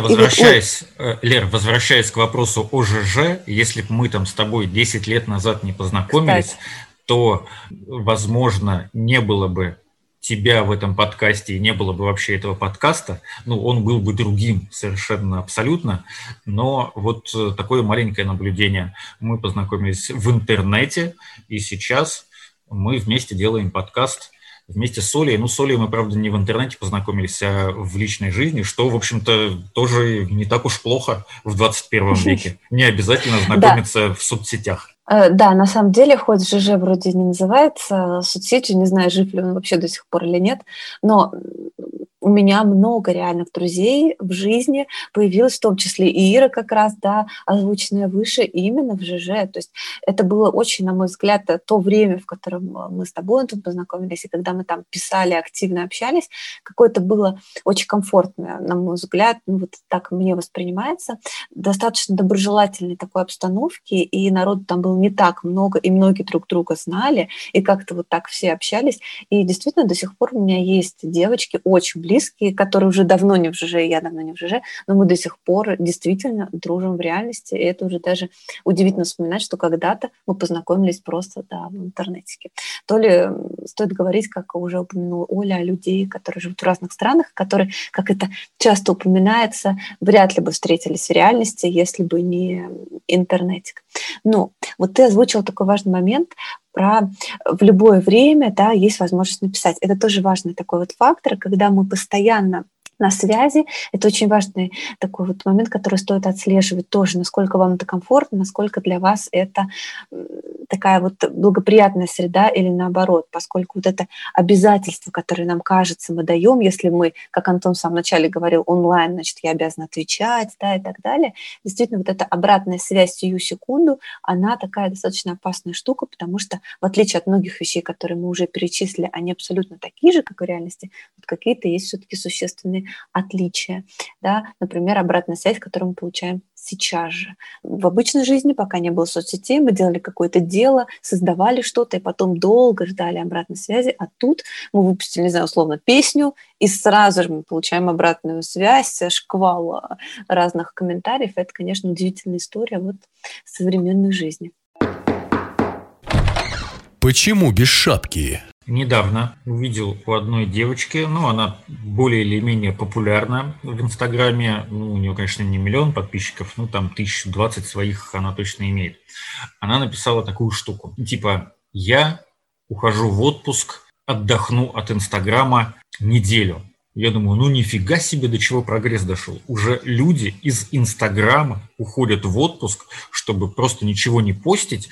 Лер, возвращаясь к вопросу о ЖЖ, если бы мы там с тобой 10 лет назад не познакомились, то, возможно, не было бы тебя в этом подкасте и не было бы вообще этого подкаста. Он был бы другим совершенно абсолютно. Но вот такое маленькое наблюдение. Мы познакомились в интернете, и сейчас мы вместе делаем подкаст вместе с Олей. С Олей мы, правда, не в интернете познакомились, а в личной жизни, что, в общем-то, тоже не так уж плохо в 21 веке. Не обязательно знакомиться в соцсетях. Да, на самом деле, хоть ЖЖ вроде не называется соцсетью, не знаю, жив ли он вообще до сих пор или нет, но у меня много реальных друзей в жизни появилось, в том числе и Ира как раз, да, озвученная выше, именно в ЖЖ. То есть это было очень, на мой взгляд, то время, в котором мы с тобой тут познакомились, и когда мы там писали, активно общались, какое-то было очень комфортное, на мой взгляд, вот так мне воспринимается, достаточно доброжелательной такой обстановки, и народу там было не так много, и многие друг друга знали, и как-то вот так все общались. И действительно, до сих пор у меня есть девочки очень близкие, которые уже давно не в ЖЖ, и я давно не в ЖЖ, но мы до сих пор действительно дружим в реальности, и это уже даже удивительно вспоминать, что когда-то мы познакомились просто, да, в интернетике. То ли стоит говорить, как уже упомянула Оля, о людей, которые живут в разных странах, которые, как это часто упоминается, вряд ли бы встретились в реальности, если бы не интернетик. Но вот ты озвучила такой важный момент. в любое время, да, есть возможность написать. Это тоже важный такой вот фактор, когда мы постоянно на связи. Это очень важный такой вот момент, который стоит отслеживать тоже, насколько вам это комфортно, насколько для вас это такая вот благоприятная среда или наоборот, поскольку вот это обязательство, которое нам кажется, мы даем, если мы, как Антон в самом начале говорил, онлайн, значит, я обязана отвечать, да, и так далее. Действительно, вот эта обратная связь сию секунду, она такая достаточно опасная штука, потому что, в отличие от многих вещей, которые мы уже перечислили, они абсолютно такие же, как в реальности, вот какие-то есть все-таки существенные отличия. Да? Например, обратная связь, которую мы получаем сейчас же. В обычной жизни, пока не было соцсетей, мы делали какое-то дело, создавали что-то, и потом долго ждали обратной связи, а тут мы выпустили, не знаю, условно, песню, и сразу же мы получаем обратную связь, шквал разных комментариев. Это, конечно, удивительная история вот современной жизни. Почему без шапки? Недавно увидел у одной девочки, она более или менее популярна в Инстаграме, у нее, конечно, не 1 миллион подписчиков, там 1020 своих она точно имеет. Она написала такую штуку, типа: я ухожу в отпуск, отдохну от Инстаграма неделю. Я думаю, нифига себе, до чего прогресс дошел. Уже люди из Инстаграма уходят в отпуск, чтобы просто ничего не постить.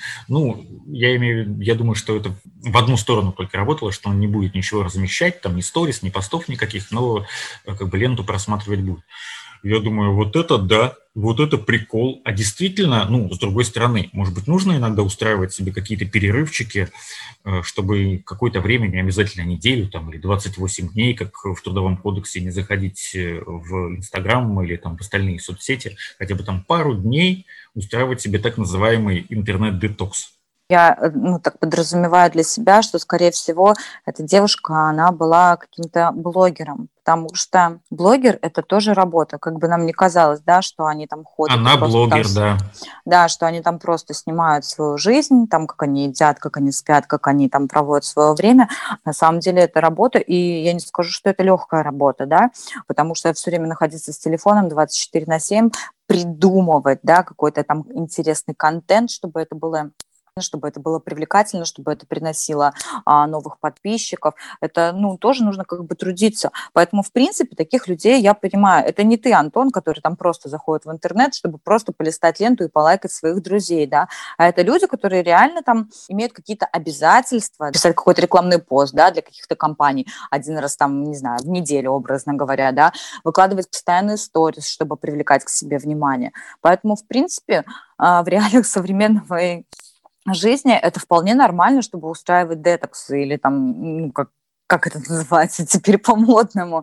Я думаю, что это в одну сторону только работало, что он не будет ничего размещать, там ни сторис, ни постов никаких, но ленту просматривать будет. Я думаю, вот это да, вот это прикол. А действительно, с другой стороны, может быть, нужно иногда устраивать себе какие-то перерывчики, чтобы какое-то время, не обязательно неделю или 28 дней, как в Трудовом кодексе, не заходить в Инстаграм или в остальные соцсети, хотя бы пару дней устраивать себе так называемый интернет-детокс. Я так подразумеваю для себя, что, скорее всего, эта девушка, она была каким-то блогером, потому что блогер – это тоже работа. Как бы нам ни казалось, да, что они там ходят. Она блогер, да. Да, что они там просто снимают свою жизнь, как они едят, как они спят, как они там проводят свое время. На самом деле это работа, и я не скажу, что это легкая работа, да, потому что все время находиться с телефоном 24/7, придумывать, да, какой-то там интересный контент, чтобы это было привлекательно, чтобы это приносило новых подписчиков. Это, тоже нужно трудиться. Поэтому, в принципе, таких людей я понимаю. Это не ты, Антон, который там просто заходит в интернет, чтобы просто полистать ленту и полайкать своих друзей, да. А это люди, которые реально там имеют какие-то обязательства, писать какой-то рекламный пост, да, для каких-то компаний один раз не знаю, в неделю, образно говоря, да, выкладывать постоянные сторис, чтобы привлекать к себе внимание. Поэтому, в принципе, в реалиях современного жизни это вполне нормально, чтобы устраивать детоксы или как это называется теперь по-модному.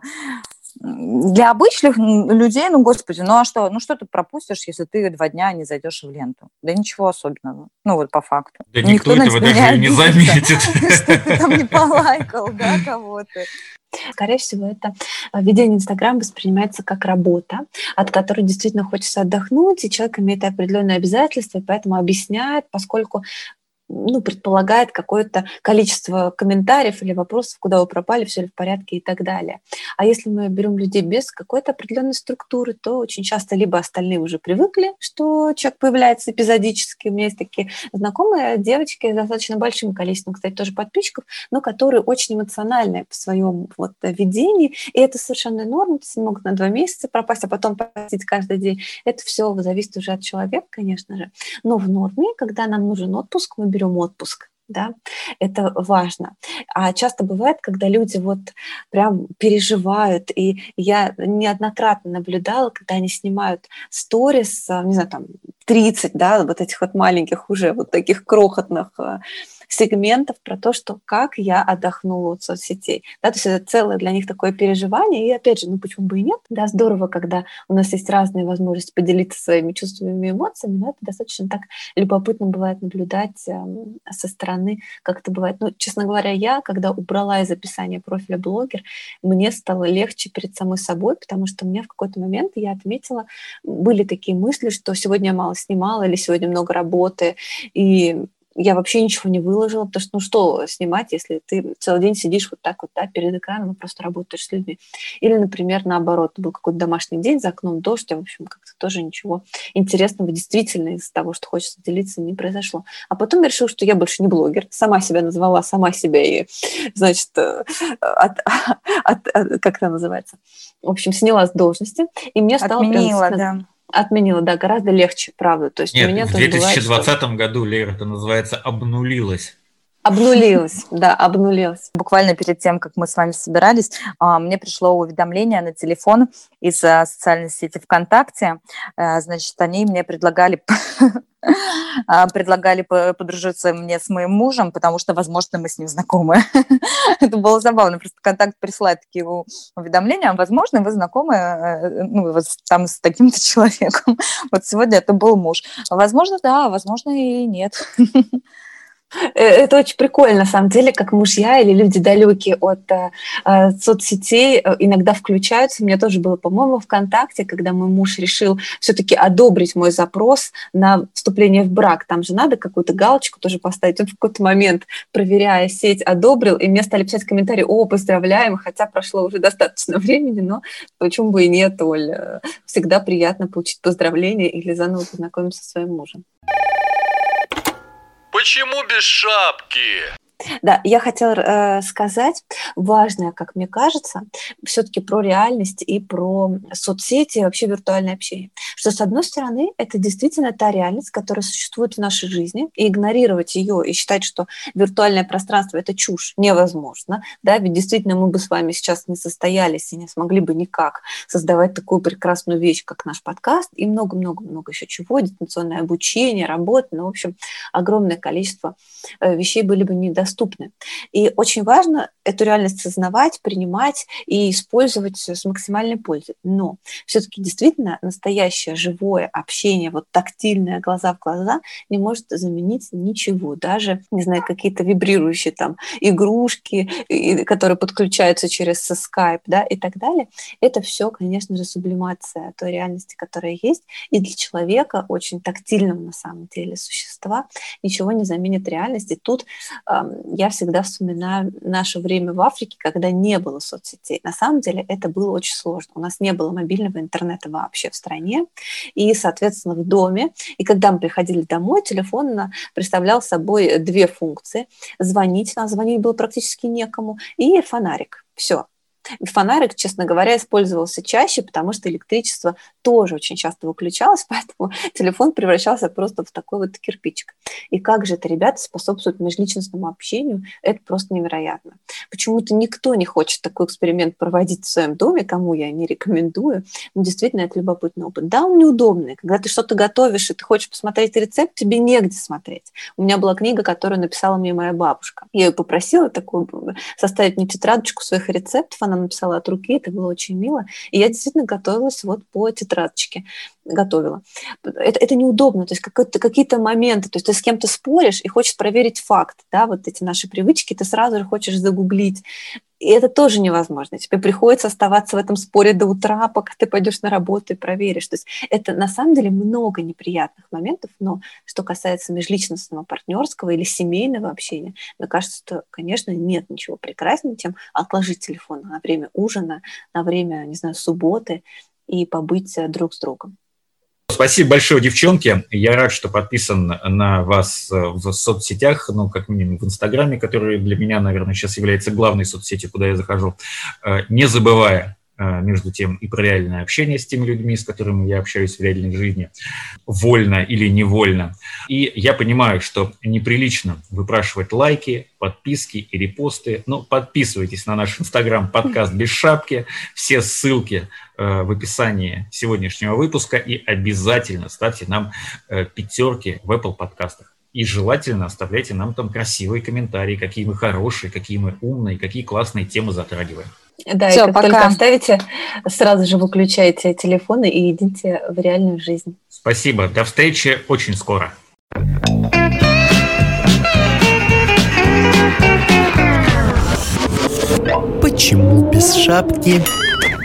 Для обычных людей, господи, а что? Что ты пропустишь, если ты 2 дня не зайдешь в ленту? Да ничего особенного. По факту. Да никто этого даже не заметит. Что ты там не полайкал, да, кого-то. Скорее всего, это ведение Инстаграма воспринимается как работа, от которой действительно хочется отдохнуть, и человек имеет определенные обязательства, и поэтому объясняет, поскольку предполагает какое-то количество комментариев или вопросов, куда вы пропали, все ли в порядке и так далее. А если мы берем людей без какой-то определенной структуры, то очень часто либо остальные уже привыкли, что человек появляется эпизодически. У меня есть такие знакомые девочки с достаточно большим количеством, кстати, тоже подписчиков, но которые очень эмоциональные в своем ведении, и это совершенно норма, то есть они могут на 2 месяца пропасть, а потом постить каждый день. Это все зависит уже от человека, конечно же. Но в норме, когда нам нужен отпуск, мы берем отпуск, да, это важно. А часто бывает, когда люди прям переживают, и я неоднократно наблюдала, когда они снимают сторис, не знаю, 30, да, этих маленьких уже таких крохотных сегментов про то, что как я отдохнула от соцсетей. Да, то есть это целое для них такое переживание. И опять же, почему бы и нет? Да, здорово, когда у нас есть разные возможности поделиться своими чувствами и эмоциями, но это достаточно так любопытно бывает наблюдать со стороны, как это бывает. Честно говоря, я, когда убрала из описания профиля блогер, мне стало легче перед самой собой, потому что у меня в какой-то момент, я отметила, были такие мысли, что сегодня я мало снимала или сегодня много работы, и я вообще ничего не выложила, потому что, что снимать, если ты целый день сидишь вот так вот, да, перед экраном и просто работаешь с людьми. Или, например, наоборот, был какой-то домашний день, за окном дождь, а, в общем, как-то тоже ничего интересного действительно из того, что хочется делиться, не произошло. А потом я решила, что я больше не блогер, сама себя назвала, сама себя и, значит, как это называется? В общем, сняла с должности, и мне стало... Отменила, да, гораздо легче, правда. То есть нет, у меня в 2020 году, Лера, это называется обнулилась. Обнулилась, да, обнулилась. Буквально перед тем, как мы с вами собирались, мне пришло уведомление на телефон из социальной сети ВКонтакте. Значит, они мне предлагали подружиться мне с моим мужем, потому что, возможно, мы с ним знакомы. Это было забавно. Просто ВКонтакте присылает такие уведомления. Возможно, вы знакомы вот там с таким-то человеком. Вот сегодня это был муж. Возможно, да, возможно, и нет. Это очень прикольно, на самом деле, как мужья или люди далекие от соцсетей иногда включаются. У меня тоже было, по-моему, ВКонтакте, когда мой муж решил все-таки одобрить мой запрос на вступление в брак. Там же надо какую-то галочку тоже поставить. Он в какой-то момент, проверяя сеть, одобрил, и мне стали писать комментарии: «О, поздравляем», хотя прошло уже достаточно времени, но почему бы и нет, Оль. Всегда приятно получить поздравления или заново познакомиться со своим мужем. Почему без шапки? Да, я хотела сказать важное, как мне кажется, все-таки про реальность и про соцсети, и вообще виртуальное общение. Что, с одной стороны, это действительно та реальность, которая существует в нашей жизни, и игнорировать ее и считать, что виртуальное пространство – это чушь, невозможно. Да? Ведь действительно мы бы с вами сейчас не состоялись и не смогли бы никак создавать такую прекрасную вещь, как наш подкаст, и много-много-много еще чего, дистанционное обучение, работа, ну, в общем, огромное количество вещей были бы недоступны. И очень важно эту реальность осознавать, принимать и использовать с максимальной пользой. Но все-таки действительно настоящее живое общение, вот тактильное, глаза в глаза, не может заменить ничего. Даже, не знаю, какие-то вибрирующие там игрушки, которые подключаются через Skype, да, и так далее. Это все, конечно же, сублимация той реальности, которая есть. И для человека, очень тактильного на самом деле существа, ничего не заменит реальность. И тут я всегда вспоминаю наше время в Африке, когда не было соцсетей. На самом деле это было очень сложно. У нас не было мобильного интернета вообще в стране, и, соответственно, в доме. И когда мы приходили домой, телефон представлял собой две функции. Звонить, нам звонить было практически некому, и фонарик. Все. Фонарик, честно говоря, использовался чаще, потому что электричество тоже очень часто выключалось, поэтому телефон превращался просто в такой вот кирпичик. И как же это, ребята, способствует межличностному общению, это просто невероятно. Почему-то никто не хочет такой эксперимент проводить в своем доме, кому я не рекомендую, но действительно это любопытный опыт. Да, он неудобный. Когда ты что-то готовишь, и ты хочешь посмотреть рецепт, тебе негде смотреть. У меня была книга, которую написала мне моя бабушка. Я ее попросила такую составить мне тетрадочку своих рецептов, она написала от руки, это было очень мило. И я действительно готовилась вот по тетрадочке. Готовила. Это неудобно, то есть какие-то моменты, то есть ты с кем-то споришь и хочешь проверить факт, да, вот эти наши привычки, ты сразу же хочешь загуглить. И это тоже невозможно. Тебе приходится оставаться в этом споре до утра, пока ты пойдешь на работу и проверишь. То есть это на самом деле много неприятных моментов, но что касается межличностного, партнерского или семейного общения, мне кажется, что, конечно, нет ничего прекраснее, чем отложить телефон на время ужина, на время, не знаю, субботы и побыть друг с другом. Спасибо большое, девчонки. Я рад, что подписан на вас в соцсетях, ну, как минимум в Инстаграме, который для меня, наверное, сейчас является главной соцсетью, куда я захожу, не забывая между тем и про реальное общение с теми людьми, с которыми я общаюсь в реальной жизни, вольно или невольно. И я понимаю, что неприлично выпрашивать лайки, подписки и репосты. Но подписывайтесь на наш Инстаграм «Подкаст без шапки». Все ссылки в описании сегодняшнего выпуска. И обязательно ставьте нам 5 в Apple подкастах. И желательно оставляйте нам там красивые комментарии, какие мы хорошие, какие мы умные, какие классные темы затрагиваем. Да, все, и как пока. Только оставите, сразу же выключайте телефоны и идите в реальную жизнь. Спасибо. До встречи очень скоро. Почему без шапки?